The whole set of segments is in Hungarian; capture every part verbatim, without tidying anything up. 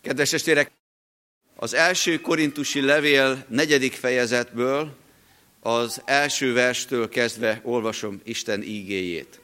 Kedves testvérek, az első korintusi levél negyedik fejezetből, az első verstől kezdve olvasom Isten ígéjét.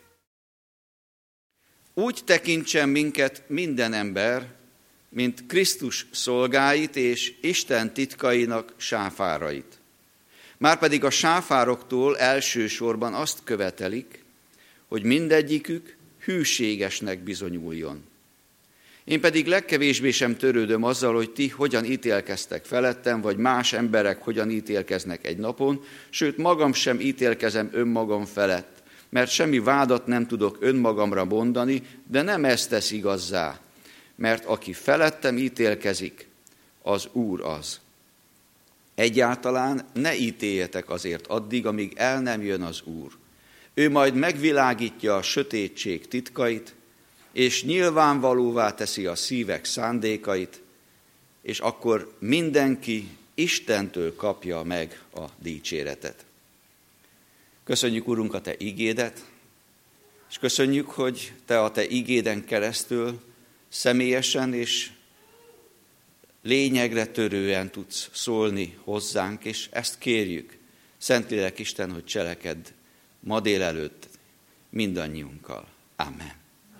Úgy tekintsen minket minden ember, mint Krisztus szolgáit és Isten titkainak sáfárait. Márpedig a sáfároktól elsősorban azt követelik, hogy mindegyikük hűségesnek bizonyuljon. Én pedig legkevésbé sem törődöm azzal, hogy ti hogyan ítélkeztek felettem, vagy más emberek hogyan ítélkeznek egy napon, sőt magam sem ítélkezem önmagam felett, mert semmi vádat nem tudok önmagamra mondani, de nem ezt tesz igazzá, mert aki felettem ítélkezik, az Úr az. Egyáltalán ne ítéljetek azért addig, amíg el nem jön az Úr. Ő majd megvilágítja a sötétség titkait, és nyilvánvalóvá teszi a szívek szándékait, és akkor mindenki Istentől kapja meg a dicséretet. Köszönjük, Urunk, a Te igédet, és köszönjük, hogy Te a Te igéden keresztül személyesen és lényegre törően tudsz szólni hozzánk, és ezt kérjük, Szentlélek Isten, hogy cselekedd ma délelőtt mindannyiunkkal. Amen.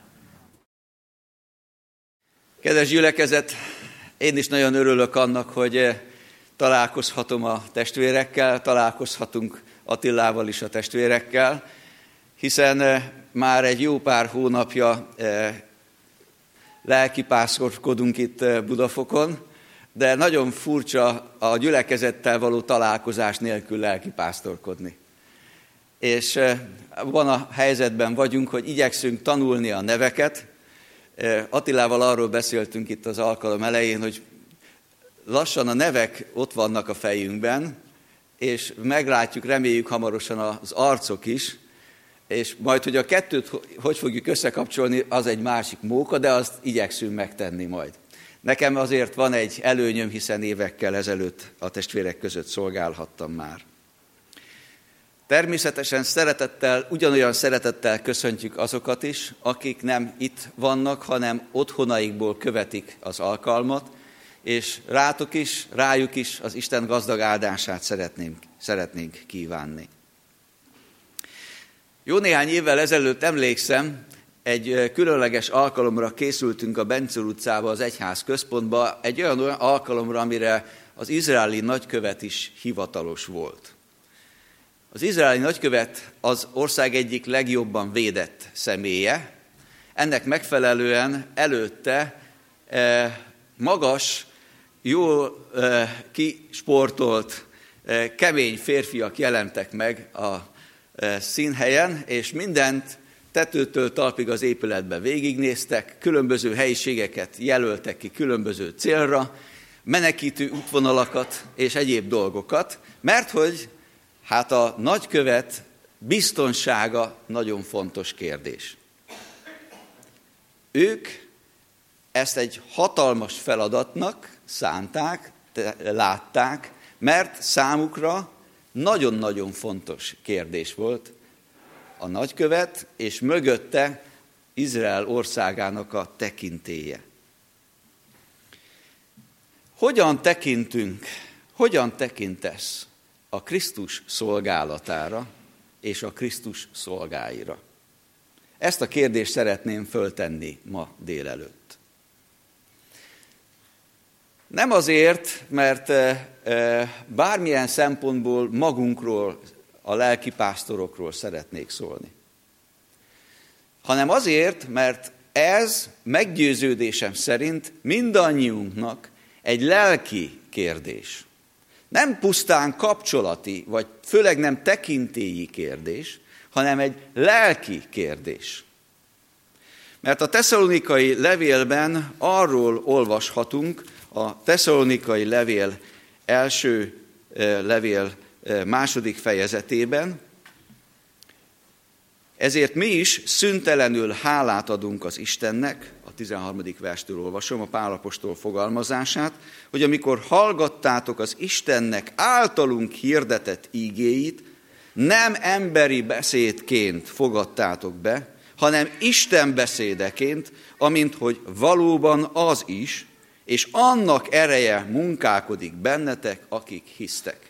Kedves gyülekezet, én is nagyon örülök annak, hogy találkozhatom a testvérekkel, találkozhatunk Attilával is a testvérekkel, hiszen már egy jó pár hónapja lelkipásztorkodunk itt Budafokon, de nagyon furcsa a gyülekezettel való találkozás nélkül lelkipásztorkodni. És van a helyzetben vagyunk, hogy igyekszünk tanulni a neveket. Attilával arról beszéltünk itt az alkalom elején, hogy lassan a nevek ott vannak a fejünkben, és meglátjuk, reméljük hamarosan az arcok is, és majd, hogy a kettőt hogy fogjuk összekapcsolni, az egy másik móka, de azt igyekszünk megtenni majd. Nekem azért van egy előnyöm, hiszen évekkel ezelőtt a testvérek között szolgálhattam már. Természetesen szeretettel, ugyanolyan szeretettel köszöntjük azokat is, akik nem itt vannak, hanem otthonaikból követik az alkalmat, és rátok is, rájuk is az Isten gazdag áldását szeretnénk, szeretnénk kívánni. Jó néhány évvel ezelőtt emlékszem, egy különleges alkalomra készültünk a Bencül utcába, az egyház központba, egy olyan, olyan alkalomra, amire az izraeli nagykövet is hivatalos volt. Az izraeli nagykövet az ország egyik legjobban védett személye, ennek megfelelően előtte eh, magas, jól eh, kisportolt, eh, kemény férfiak jelentek meg a eh, színhelyen, és mindent tetőtől talpig az épületben végignéztek, különböző helyiségeket jelöltek ki különböző célra, menekítő útvonalakat és egyéb dolgokat, mert hogy hát a nagykövet biztonsága nagyon fontos kérdés. Ők ezt egy hatalmas feladatnak szánták, látták, mert számukra nagyon-nagyon fontos kérdés volt a nagykövet, és mögötte Izrael országának a tekintélye. Hogyan tekintünk, hogyan tekintesz a Krisztus szolgálatára és a Krisztus szolgáira? Ezt a kérdést szeretném föltenni ma délelőtt. Nem azért, mert bármilyen szempontból magunkról, a lelkipásztorokról szeretnék szólni, hanem azért, mert ez meggyőződésem szerint mindannyiunknak egy lelki kérdés. Nem pusztán kapcsolati, vagy főleg nem tekintélyi kérdés, hanem egy lelki kérdés. Mert a tesszalonikai levélben arról olvashatunk, a tesszalonikai levél első levél második fejezetében, ezért mi is szüntelenül hálát adunk az Istennek, a tizenharmadik verstől olvasom a Pál apostol fogalmazását, hogy amikor hallgattátok az Istennek általunk hirdetett ígéit, nem emberi beszédként fogadtátok be, hanem Isten beszédeként, amint hogy valóban az is, és annak ereje munkálkodik bennetek, akik hisztek.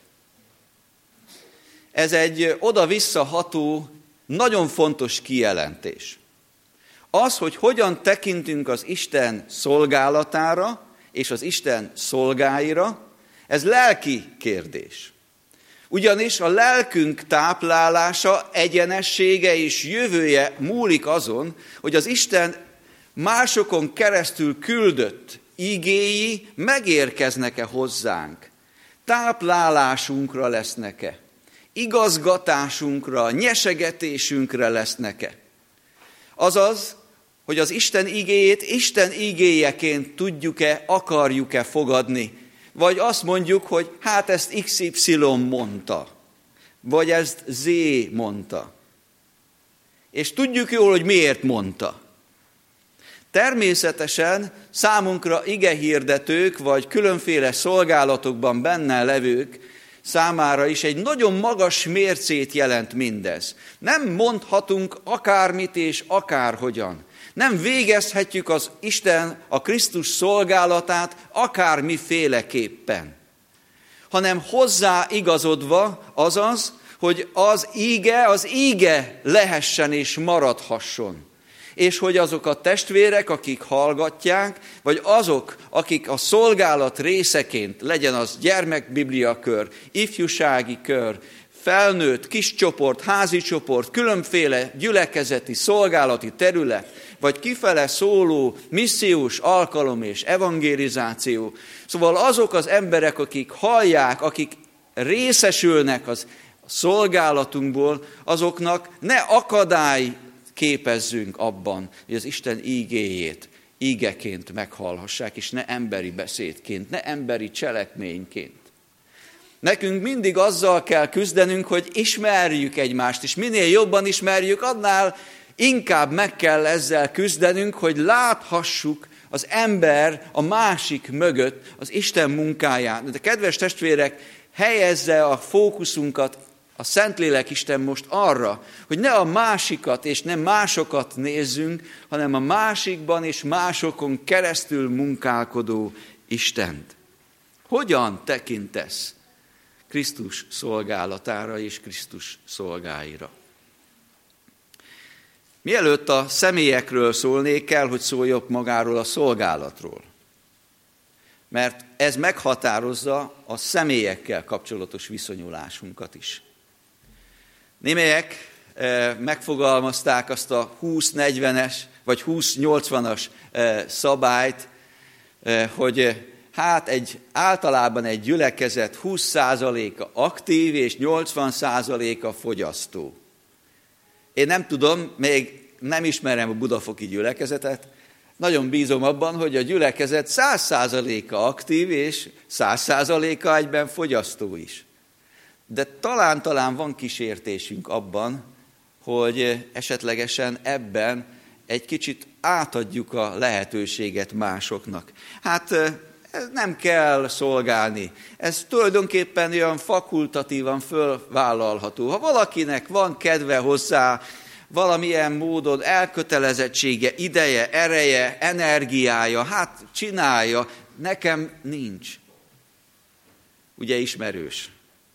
Ez egy oda-vissza ható, nagyon fontos kijelentés. Az, hogy hogyan tekintünk az Isten szolgálatára és az Isten szolgáira, ez lelki kérdés. Ugyanis a lelkünk táplálása, egyenessége és jövője múlik azon, hogy az Isten másokon keresztül küldött igéi megérkeznek-e hozzánk, táplálásunkra lesznek-e, igazgatásunkra, nyesegetésünkre lesznek-e. Azaz, hogy az Isten igéjét Isten igéjeként tudjuk-e, akarjuk-e fogadni, vagy azt mondjuk, hogy hát ezt iksz ipszilon mondta, vagy ezt Z mondta. És tudjuk jól, hogy miért mondta. Természetesen számunkra igehirdetők, vagy különféle szolgálatokban benne levők számára is egy nagyon magas mércét jelent mindez. Nem mondhatunk akármit és akárhogyan. Nem végezhetjük az Isten, a Krisztus szolgálatát akármiféleképpen, hanem hozzá igazodva, azaz, hogy az íge, az íge lehessen és maradhasson. És hogy azok a testvérek, akik hallgatják, vagy azok, akik a szolgálat részeként, legyen az gyermekbibliakör, ifjúsági kör, felnőtt, kis csoport, házi csoport, különféle gyülekezeti, szolgálati terület, vagy kifele szóló missziós alkalom és evangelizáció. Szóval azok az emberek, akik hallják, akik részesülnek az szolgálatunkból, azoknak ne akadály képezzünk abban, hogy az Isten ígéjét ígeként meghallhassák, és ne emberi beszédként, ne emberi cselekményként. Nekünk mindig azzal kell küzdenünk, hogy ismerjük egymást, és minél jobban ismerjük, annál inkább meg kell ezzel küzdenünk, hogy láthassuk az ember a másik mögött az Isten munkáját. De kedves testvérek, helyezze a fókuszunkat a Szentlélek Isten most arra, hogy ne a másikat és nem másokat nézzünk, hanem a másikban és másokon keresztül munkálkodó Istent. Hogyan tekintesz Krisztus szolgálatára és Krisztus szolgáira? Mielőtt a személyekről szólnék, kell, hogy szóljak magáról a szolgálatról. Mert ez meghatározza a személyekkel kapcsolatos viszonyulásunkat is. Némelyek eh, megfogalmazták azt a húsz negyvenes vagy húsz nyolcvanas eh, szabályt, eh, hogy hát egy, általában egy gyülekezet húsz százaléka aktív és nyolcvan százaléka fogyasztó. Én nem tudom, még nem ismerem a budafoki gyülekezetet, nagyon bízom abban, hogy a gyülekezet száz százaléka aktív és száz százaléka egyben fogyasztó is. De talán-talán van kísértésünk abban, hogy esetlegesen ebben egy kicsit átadjuk a lehetőséget másoknak. Hát ez nem kell szolgálni. Ez tulajdonképpen olyan fakultatívan fölvállalható. Ha valakinek van kedve hozzá, valamilyen módon elkötelezettsége, ideje, ereje, energiája, hát csinálja, nekem nincs. Ugye ismerős.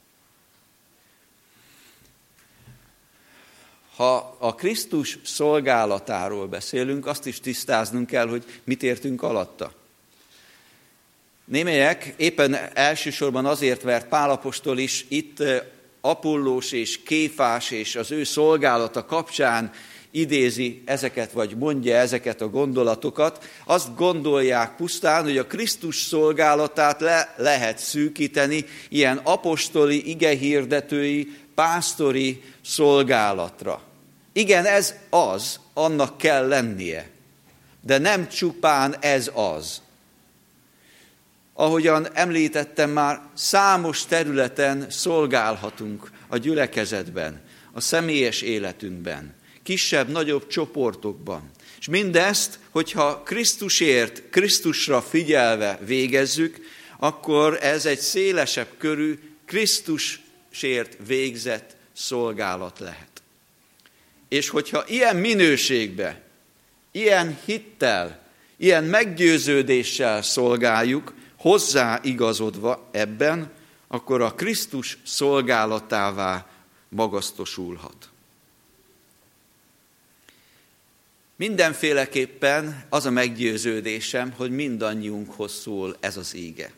Ha a Krisztus szolgálatáról beszélünk, azt is tisztáznunk kell, hogy mit értünk alatta. Némelyek éppen elsősorban azért, mert Pál apostol is itt Apollós és Kéfás és az ő szolgálata kapcsán idézi ezeket, vagy mondja ezeket a gondolatokat, azt gondolják pusztán, hogy a Krisztus szolgálatát le lehet szűkíteni ilyen apostoli, igehirdetői, pásztori szolgálatra. Igen, ez az, annak kell lennie, de nem csupán ez az. Ahogyan említettem már, számos területen szolgálhatunk a gyülekezetben, a személyes életünkben, kisebb-nagyobb csoportokban. És mindezt, hogyha Krisztusért, Krisztusra figyelve végezzük, akkor ez egy szélesebb körű, Krisztusért végzett szolgálat lehet. És hogyha ilyen minőségbe, ilyen hittel ilyen meggyőződéssel szolgáljuk, hozzáigazodva ebben, akkor a Krisztus szolgálatává magasztosulhat. Mindenféleképpen az a meggyőződésem, hogy mindannyiunkhoz szól ez az íge.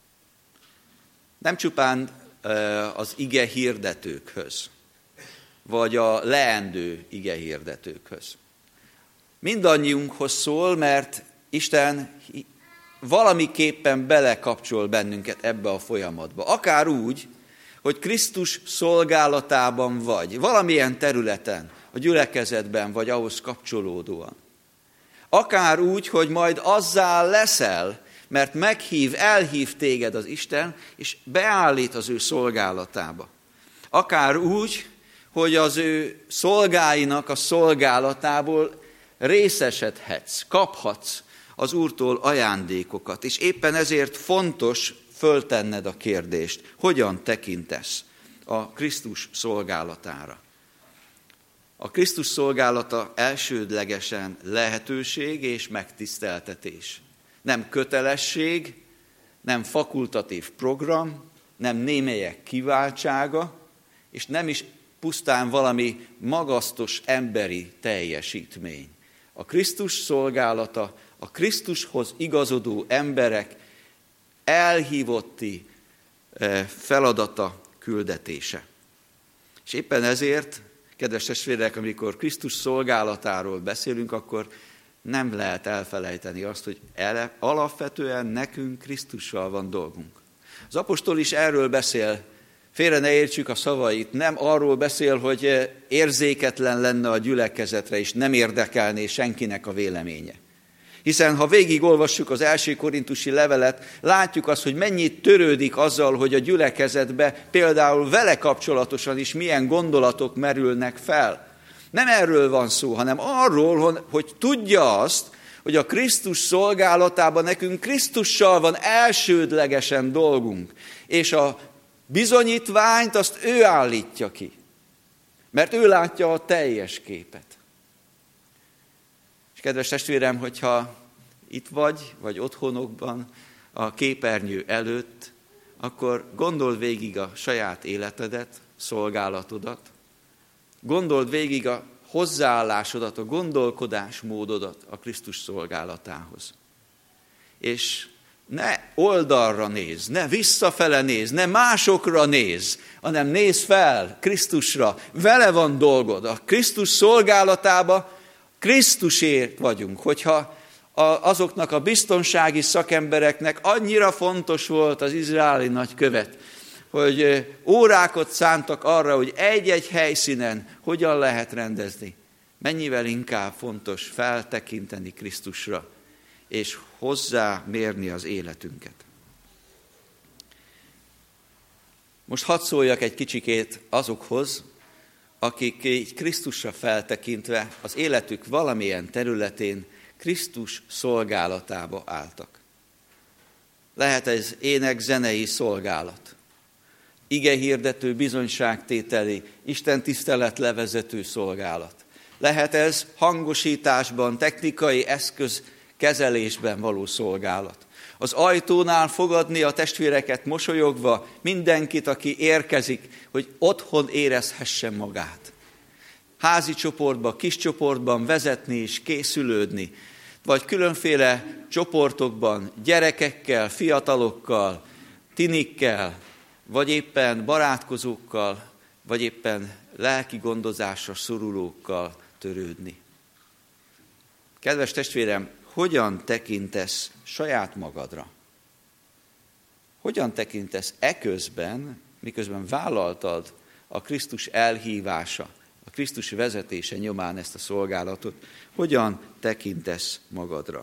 Nem csupán az ige hirdetőkhöz, vagy a leendő ige hirdetőkhöz. Mindannyiunkhoz szól, mert Isten valamiképpen belekapcsol bennünket ebbe a folyamatba. Akár úgy, hogy Krisztus szolgálatában vagy, valamilyen területen, a gyülekezetben, vagy ahhoz kapcsolódóan. Akár úgy, hogy majd azzá leszel, mert meghív, elhív téged az Isten, és beállít az ő szolgálatába. Akár úgy, hogy az ő szolgáinak a szolgálatából részesedhetsz, kaphatsz az Úrtól ajándékokat, és éppen ezért fontos föltenned a kérdést, hogyan tekintesz a Krisztus szolgálatára. A Krisztus szolgálata elsődlegesen lehetőség és megtiszteltetés. Nem kötelesség, nem fakultatív program, nem némelyek kiváltsága, és nem is pusztán valami magasztos emberi teljesítmény. A Krisztus szolgálata, a Krisztushoz igazodó emberek elhívotti feladata, küldetése. És éppen ezért, kedves testvérek, amikor Krisztus szolgálatáról beszélünk, akkor nem lehet elfelejteni azt, hogy ele, alapvetően nekünk Krisztussal van dolgunk. Az apostol is erről beszél, félre ne értsük a szavait, nem arról beszél, hogy érzéketlen lenne a gyülekezetre, és nem érdekelné senkinek a véleménye. Hiszen ha végigolvassuk az első korintusi levelet, látjuk azt, hogy mennyit törődik azzal, hogy a gyülekezetbe például vele kapcsolatosan is milyen gondolatok merülnek fel. Nem erről van szó, hanem arról, hogy tudja azt, hogy a Krisztus szolgálatában nekünk Krisztussal van elsődlegesen dolgunk, és a bizonyítványt azt ő állítja ki, mert ő látja a teljes képet. És kedves testvérem, hogyha itt vagy, vagy otthonokban, a képernyő előtt, akkor gondold végig a saját életedet, szolgálatodat, gondold végig a hozzáállásodat, a gondolkodásmódodat a Krisztus szolgálatához. És ne oldalra nézz, ne visszafele nézz, ne másokra nézz, hanem nézz fel Krisztusra. Vele van dolgod. A Krisztus szolgálatába Krisztusért vagyunk. Hogyha azoknak a biztonsági szakembereknek annyira fontos volt az izraeli nagykövet, hogy órákat szántak arra, hogy egy-egy helyszínen hogyan lehet rendezni. Mennyivel inkább fontos feltekinteni Krisztusra, és hozzá mérni az életünket. Most hadd szóljak egy kicsikét azokhoz, akik így Krisztusra feltekintve az életük valamilyen területén Krisztus szolgálatába álltak. Lehet ez ének-zenei szolgálat, igehirdető, bizonyságtételi, istentisztelet levezető szolgálat. Lehet ez hangosításban, technikai eszköz kezelésben való szolgálat. Az ajtónál fogadni a testvéreket mosolyogva, mindenkit, aki érkezik, hogy otthon érezhesse magát. Házi csoportban, kis csoportban vezetni és készülődni, vagy különféle csoportokban, gyerekekkel, fiatalokkal, tinikkel, vagy éppen barátkozókkal, vagy éppen lelki gondozásra szorulókkal törődni. Kedves testvérem, hogyan tekintesz saját magadra? Hogyan tekintesz eközben, miközben vállaltad a Krisztus elhívása, a Krisztus vezetése nyomán ezt a szolgálatot, hogyan tekintesz magadra?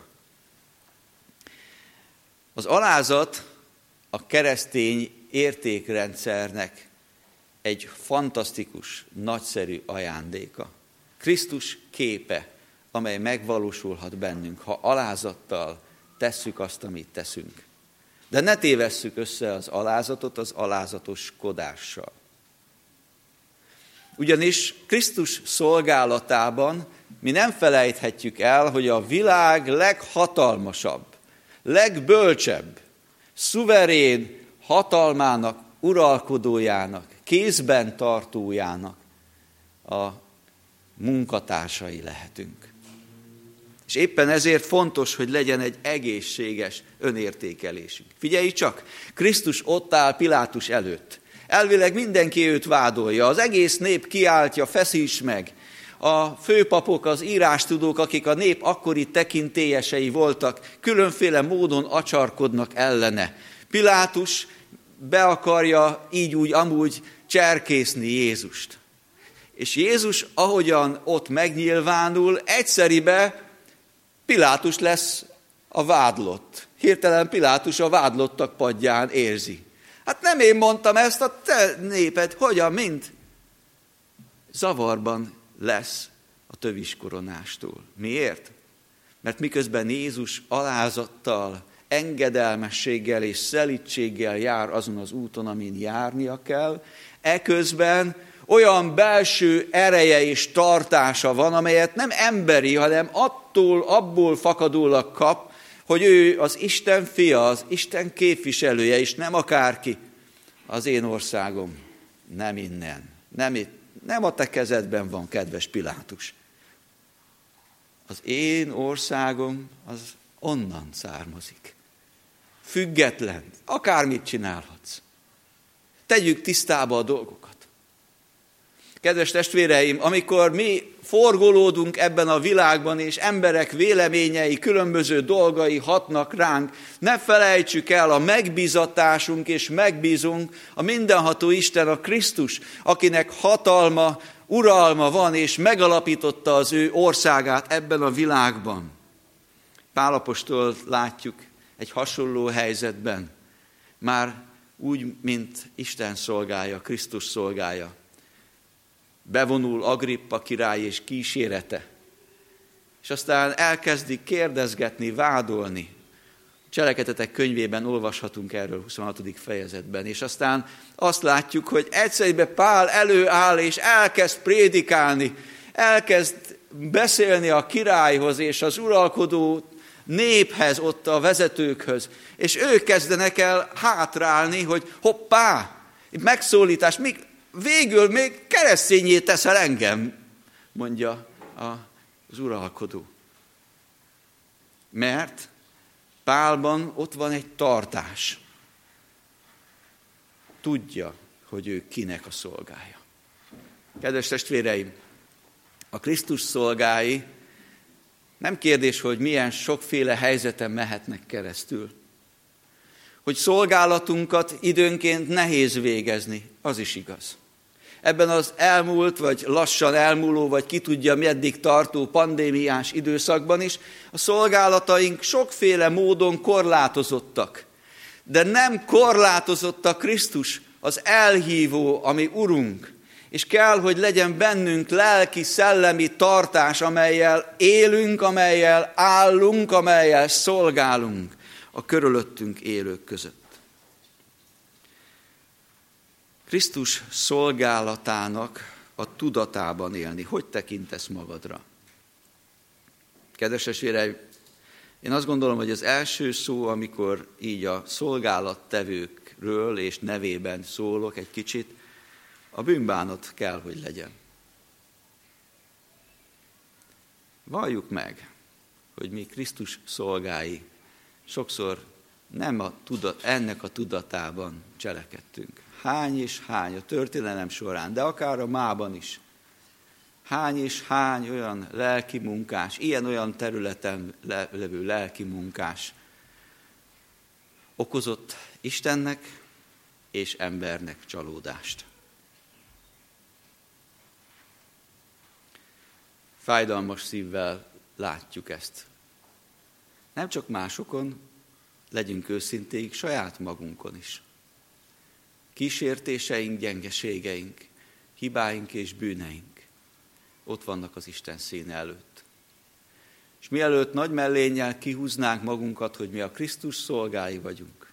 Az alázat a keresztény értékrendszernek egy fantasztikus, nagyszerű ajándéka. Krisztus képe, amely megvalósulhat bennünk, ha alázattal tesszük azt, amit teszünk. De ne tévesszük össze az alázatot az alázatoskodással. Ugyanis Krisztus szolgálatában mi nem felejthetjük el, hogy a világ leghatalmasabb, legbölcsebb, szuverén hatalmának, uralkodójának, kézben tartójának a munkatársai lehetünk. És éppen ezért fontos, hogy legyen egy egészséges önértékelésünk. Figyelj csak, Krisztus ott áll Pilátus előtt. Elvileg mindenki őt vádolja, az egész nép kiáltja, feszíts meg. A főpapok, az írástudók, akik a nép akkori tekintélyesei voltak, különféle módon acsarkodnak ellene. Pilátus be akarja így úgy amúgy cserkészni Jézust. És Jézus, ahogyan ott megnyilvánul, egyszeribe Pilátus lesz a vádlott. Hirtelen Pilátus a vádlottak padján érzi. Hát nem én mondtam ezt, a te néped, hogyan, mint? Zavarban lesz a töviskoronástól. Miért? Mert miközben Jézus alázattal, engedelmességgel és szelídséggel jár azon az úton, amin járnia kell, eközben olyan belső ereje és tartása van, amelyet nem emberi, hanem attól, abból fakadólag kap, hogy ő az Isten fia, az Isten képviselője, és nem akárki. Az én országom nem innen, nem itt, nem a te kezedben van, kedves Pilátus. Az én országom az onnan származik. Független, akármit csinálhatsz. Tegyük tisztába a dolgokat. Kedves testvéreim, amikor mi forgolódunk ebben a világban, és emberek véleményei, különböző dolgai hatnak ránk, ne felejtsük el, a megbízatásunk és megbízunk a mindenható Isten, a Krisztus, akinek hatalma, uralma van, és megalapította az ő országát ebben a világban. Pál apostol látjuk egy hasonló helyzetben, már úgy, mint Isten szolgája, Krisztus szolgája. Bevonul Agrippa király és kísérete, és aztán elkezdik kérdezgetni, vádolni. A Cselekedetek könyvében olvashatunk erről huszonhatodik fejezetben, és aztán azt látjuk, hogy egyszerűen Pál előáll, és elkezd prédikálni, elkezd beszélni a királyhoz és az uralkodó néphez, ott a vezetőkhöz, és ők kezdenek el hátrálni, hogy hoppá, megszólítás, még végül még keresztényé teszel engem, mondja az uralkodó. Mert Pálban ott van egy tartás. Tudja, hogy ő kinek a szolgája. Kedves testvéreim, a Krisztus szolgái nem kérdés, hogy milyen sokféle helyzeten mehetnek keresztül. Hogy szolgálatunkat időnként nehéz végezni, az is igaz. Ebben az elmúlt, vagy lassan elmúló, vagy ki tudja meddig tartó pandémiás időszakban is a szolgálataink sokféle módon korlátozottak. De nem korlátozottak Krisztus, az elhívó, ami Urunk. És kell, hogy legyen bennünk lelki, szellemi tartás, amellyel élünk, amellyel állunk, amellyel szolgálunk a körülöttünk élők között. Krisztus szolgálatának a tudatában élni. Hogy tekintesz magadra? Kedves testvéreim, én azt gondolom, hogy az első szó, amikor így a szolgálattevőkről és nevében szólok egy kicsit, a bűnbánat kell, hogy legyen. Valljuk meg, hogy mi Krisztus szolgái sokszor nem a tudat, ennek a tudatában cselekedtünk. Hány és hány a történelem során, de akár a mában is. Hány és hány olyan lelki munkás, ilyen-olyan területen levő lelki munkás okozott Istennek és embernek csalódást. Fájdalmas szívvel látjuk ezt. Nem csak másokon, legyünk őszinték, saját magunkon is. Kísértéseink, gyengeségeink, hibáink és bűneink ott vannak az Isten színe előtt. És mielőtt nagy mellénnyel kihúznánk magunkat, hogy mi a Krisztus szolgái vagyunk,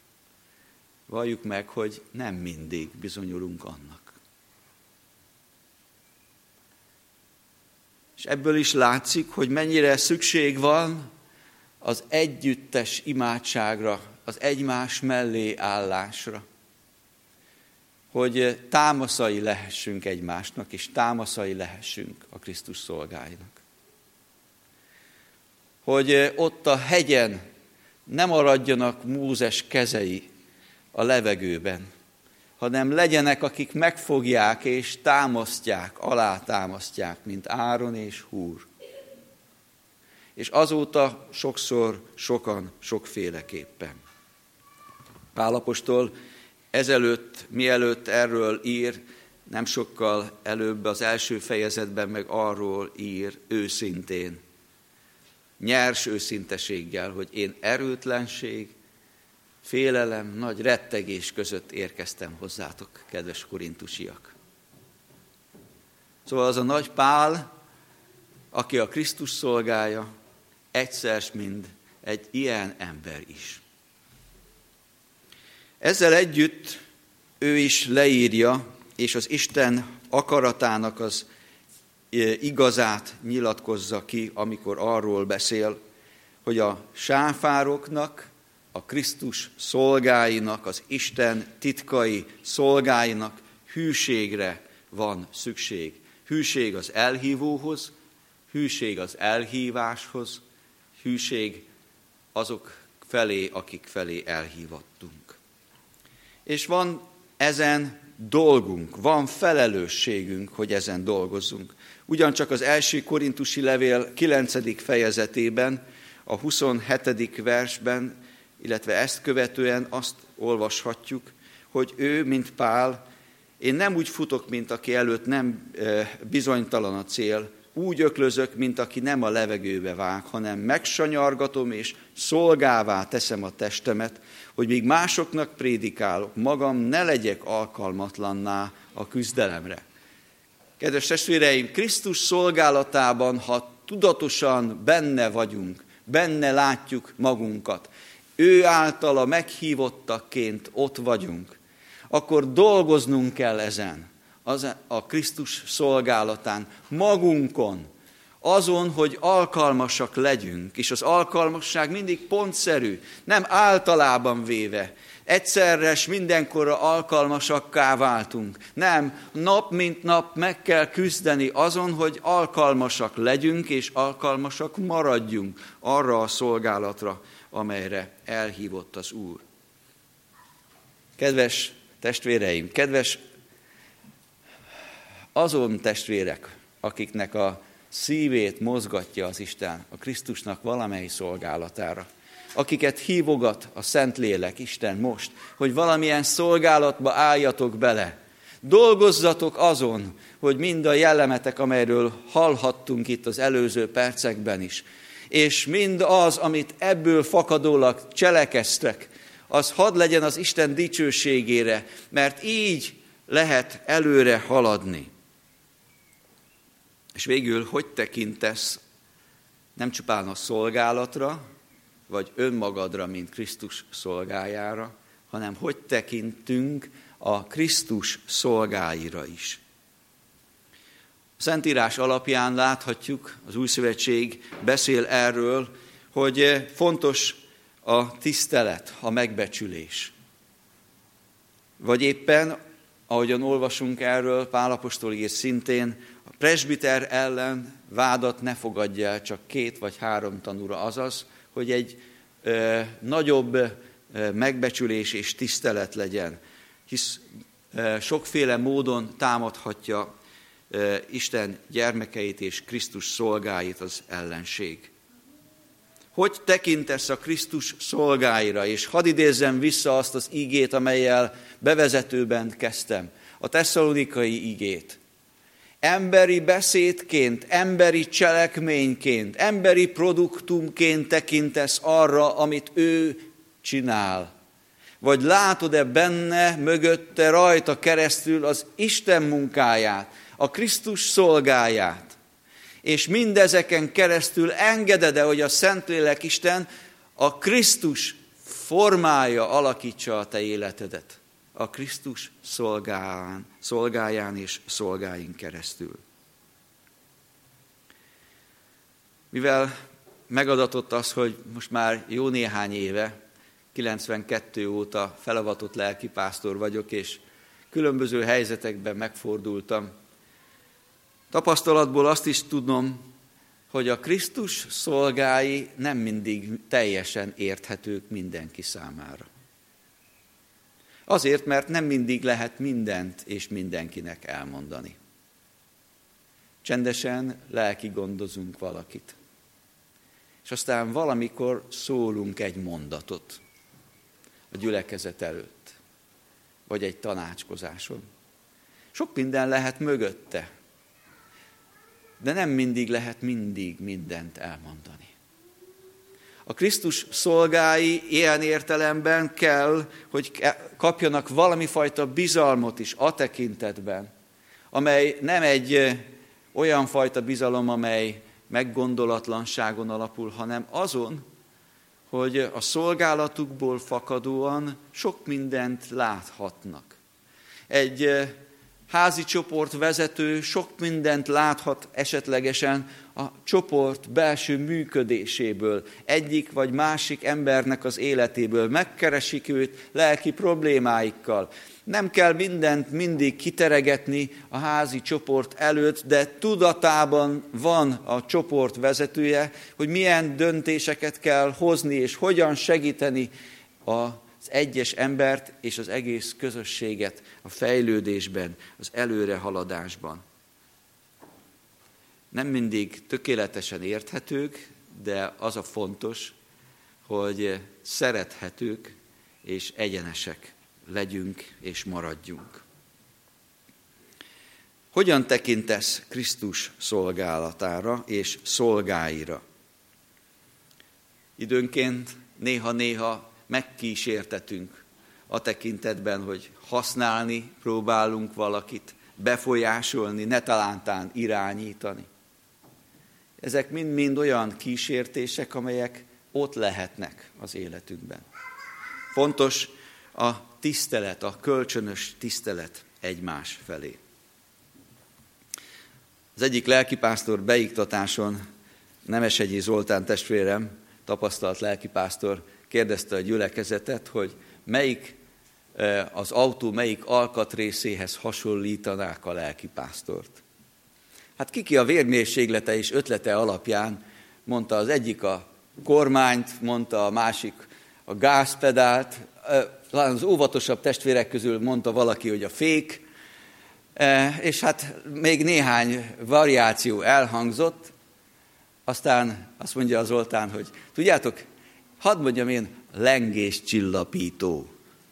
valljuk meg, hogy nem mindig bizonyulunk annak. És ebből is látszik, hogy mennyire szükség van az együttes imádságra, az egymás mellé állásra. Hogy támaszai lehessünk egymásnak, és támaszai lehessünk a Krisztus szolgáinak. Hogy ott a hegyen ne maradjanak Mózes kezei a levegőben, hanem legyenek, akik megfogják és támasztják, alátámasztják, mint Áron és Húr. És azóta sokszor, sokan, sokféleképpen. Pál apostol ezelőtt, mielőtt erről ír, nem sokkal előbb az első fejezetben meg arról ír őszintén, nyers őszinteséggel, hogy én erőtlenség, félelem, nagy rettegés között érkeztem hozzátok, kedves korintusiak. Szóval az a nagy Pál, aki a Krisztus szolgálja, egyszer mind egy ilyen ember is. Ezzel együtt ő is leírja, és az Isten akaratának az igazát nyilatkozza ki, amikor arról beszél, hogy a sáfároknak, a Krisztus szolgáinak, az Isten titkai szolgáinak hűségre van szükség. Hűség az elhívóhoz, hűség az elhíváshoz, hűség azok felé, akik felé elhívottunk. És van ezen dolgunk, van felelősségünk, hogy ezen dolgozzunk. Ugyancsak az első korintusi levél kilencedik fejezetében, a huszonhetedik versben, illetve ezt követően azt olvashatjuk, hogy ő, mint Pál, én nem úgy futok, mint aki előtt nem bizonytalan a cél, úgy öklözök, mint aki nem a levegőbe vág, hanem megsanyargatom és szolgává teszem a testemet, hogy míg másoknak prédikálok, magam ne legyek alkalmatlanná a küzdelemre. Kedves testvéreim, Krisztus szolgálatában, ha tudatosan benne vagyunk, benne látjuk magunkat, ő általa meghívottakként ott vagyunk, akkor dolgoznunk kell ezen, az a Krisztus szolgálatán, magunkon, azon, hogy alkalmasak legyünk, és az alkalmasság mindig pontszerű, nem általában véve. Egyszerre és mindenkorra alkalmasakká váltunk. Nem, nap mint nap meg kell küzdeni azon, hogy alkalmasak legyünk, és alkalmasak maradjunk arra a szolgálatra, amelyre elhívott az Úr. Kedves testvéreim, kedves azon testvérek, akiknek a szívét mozgatja az Isten a Krisztusnak valamely szolgálatára, akiket hívogat a Szentlélek, Isten most, hogy valamilyen szolgálatba álljatok bele. Dolgozzatok azon, hogy mind a jellemetek, amelyről hallhattunk itt az előző percekben is, és mind az, amit ebből fakadólag cselekeztek, az hadd legyen az Isten dicsőségére, mert így lehet előre haladni. És végül, hogy tekintesz nem csupán a szolgálatra, vagy önmagadra, mint Krisztus szolgájára, hanem hogy tekintünk a Krisztus szolgáira is. A Szentírás alapján láthatjuk, az Új Szövetség beszél erről, hogy fontos a tisztelet, a megbecsülés. Vagy éppen, ahogyan olvasunk erről, Pál apostol ír szintén, a presbiter ellen vádat ne fogadj el csak két vagy három tanúra, azaz, hogy egy ö, nagyobb ö, megbecsülés és tisztelet legyen, hisz ö, sokféle módon támadhatja ö, Isten gyermekeit és Krisztus szolgáit az ellenség. Hogy tekintesz a Krisztus szolgáira, és hadd idézzem vissza azt az igét, amellyel bevezetőben kezdtem, a tesszalonikai igét. Emberi beszédként, emberi cselekményként, emberi produktumként tekintesz arra, amit ő csinál. Vagy látod-e benne, mögötte, rajta keresztül az Isten munkáját, a Krisztus szolgáját. És mindezeken keresztül engeded-e, hogy a Szentlélek Isten a Krisztus formája alakítsa a te életedet. A Krisztus szolgáján, szolgáján és szolgáin keresztül. Mivel megadatott az, hogy most már jó néhány éve, kilencvenkettő óta felavatott lelkipásztor vagyok, és különböző helyzetekben megfordultam. Tapasztalatból azt is tudom, hogy a Krisztus szolgái nem mindig teljesen érthetők mindenki számára. Azért, mert nem mindig lehet mindent és mindenkinek elmondani. Csendesen lelki gondozunk valakit. És aztán valamikor szólunk egy mondatot a gyülekezet előtt, vagy egy tanácskozáson. Sok minden lehet mögötte, de nem mindig lehet mindig mindent elmondani. A Krisztus szolgái ilyen értelemben kell, hogy kapjanak valami fajta bizalmat is a tekintetben, amely nem egy olyan fajta bizalom, amely meggondolatlanságon alapul, hanem azon, hogy a szolgálatukból fakadóan sok mindent láthatnak. Egy házi csoport vezető sok mindent láthat esetlegesen a csoport belső működéséből, egyik vagy másik embernek az életéből, megkeresik őt lelki problémáikkal. Nem kell mindent mindig kiteregetni a házi csoport előtt, de tudatában van a csoport vezetője, hogy milyen döntéseket kell hozni, és hogyan segíteni az egyes embert és az egész közösséget a fejlődésben, az előrehaladásban. Nem mindig tökéletesen érthetők, de az a fontos, hogy szerethetők és egyenesek legyünk és maradjunk. Hogyan tekintesz Krisztus szolgálatára és szolgáira? Időnként néha-néha megkísértetünk a tekintetben, hogy használni próbálunk valakit, befolyásolni, ne talántán irányítani. Ezek mind-mind olyan kísértések, amelyek ott lehetnek az életünkben. Fontos a tisztelet, a kölcsönös tisztelet egymás felé. Az egyik lelkipásztor beiktatáson Nemeshegyi Zoltán testvérem, tapasztalt lelkipásztor, kérdezte a gyülekezetet, hogy melyik az autó melyik alkatrészéhez hasonlítanák a lelkipásztort. Hát kiki a vérmérséklete és ötlete alapján mondta az egyik a kormányt, mondta a másik a gázpedált, az óvatosabb testvérek közül mondta valaki, hogy a fék, és hát még néhány variáció elhangzott, aztán azt mondja az Zoltán, hogy tudjátok, hadd mondjam én, lengéscsillapító.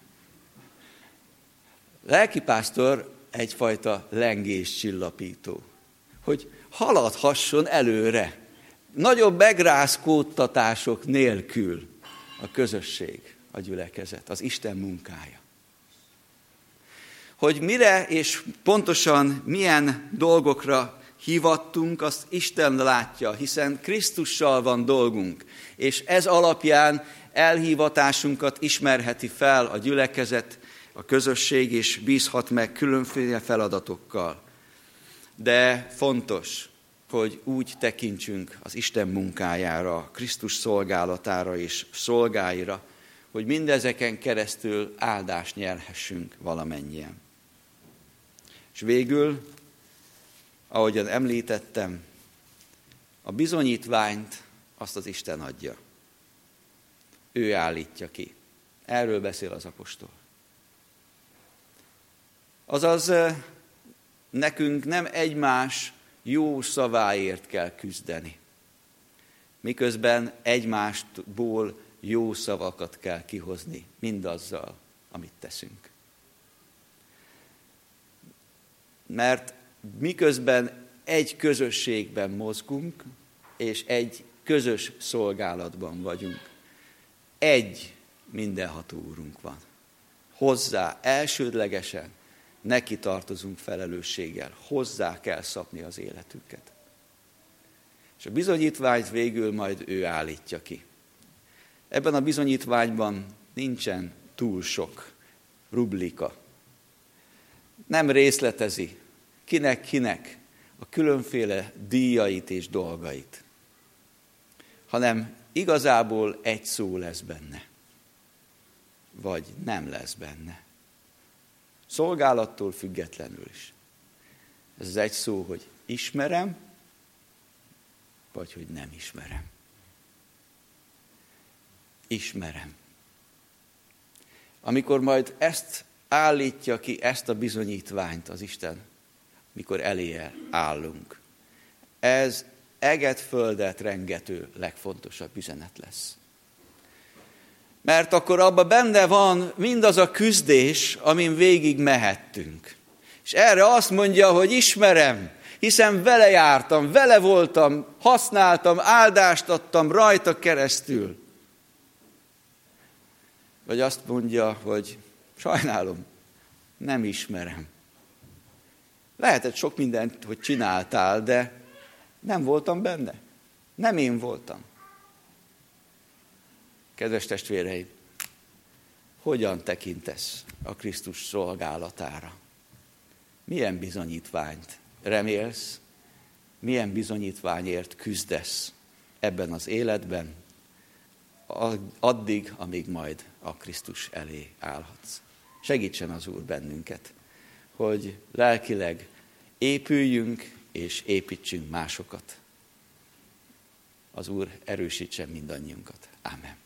Lelkipásztor egyfajta lengéscsillapító, hogy haladhasson előre, nagyobb megrázkódtatások nélkül a közösség, a gyülekezet, az Isten munkája. Hogy mire és pontosan milyen dolgokra hivattunk, azt Isten látja, hiszen Krisztussal van dolgunk, és ez alapján elhívatásunkat ismerheti fel a gyülekezet, a közösség, és bízhat meg különféle feladatokkal. De fontos, hogy úgy tekintsünk az Isten munkájára, Krisztus szolgálatára és szolgáira, hogy mindezeken keresztül áldást nyerhessünk valamennyien. És végül, ahogyan említettem, a bizonyítványt azt az Isten adja. Ő állítja ki. Erről beszél az apostol. Azaz nekünk nem egymás jó szaváért kell küzdeni, miközben egymástból jó szavakat kell kihozni mindazzal, amit teszünk. Mert miközben egy közösségben mozgunk, és egy közös szolgálatban vagyunk, egy mindenható Úrunk van. Hozzá elsődlegesen neki tartozunk felelősséggel, hozzá kell szabni az életünket. És a bizonyítványt végül majd ő állítja ki. Ebben a bizonyítványban nincsen túl sok rublika. Nem részletezi kinek-kinek a különféle díjait és dolgait. hanem igazából egy szó lesz benne, vagy nem lesz benne. Szolgálattól függetlenül is. Ez az egy szó, hogy ismerem, vagy hogy nem ismerem. Ismerem. Amikor majd ezt állítja ki, ezt a bizonyítványt az Isten, mikor eléje állunk. Ez eget, földet rengető legfontosabb üzenet lesz. Mert akkor abban benne van mindaz a küzdés, amin végig mehettünk. És erre azt mondja, hogy ismerem, hiszen vele jártam, vele voltam, használtam, áldást adtam rajta keresztül. Vagy azt mondja, hogy sajnálom, nem ismerem. Lehetett sok mindent, hogy csináltál, de nem voltam benne. Nem én voltam. Kedves testvéreim, hogyan tekintesz a Krisztus szolgálatára? Milyen bizonyítványt remélsz? Milyen bizonyítványért küzdesz ebben az életben, addig, amíg majd a Krisztus elé állhatsz? Segítsen az Úr bennünket, hogy lelkileg épüljünk és építsünk másokat. Az Úr erősítsen mindannyiunkat. Ámen.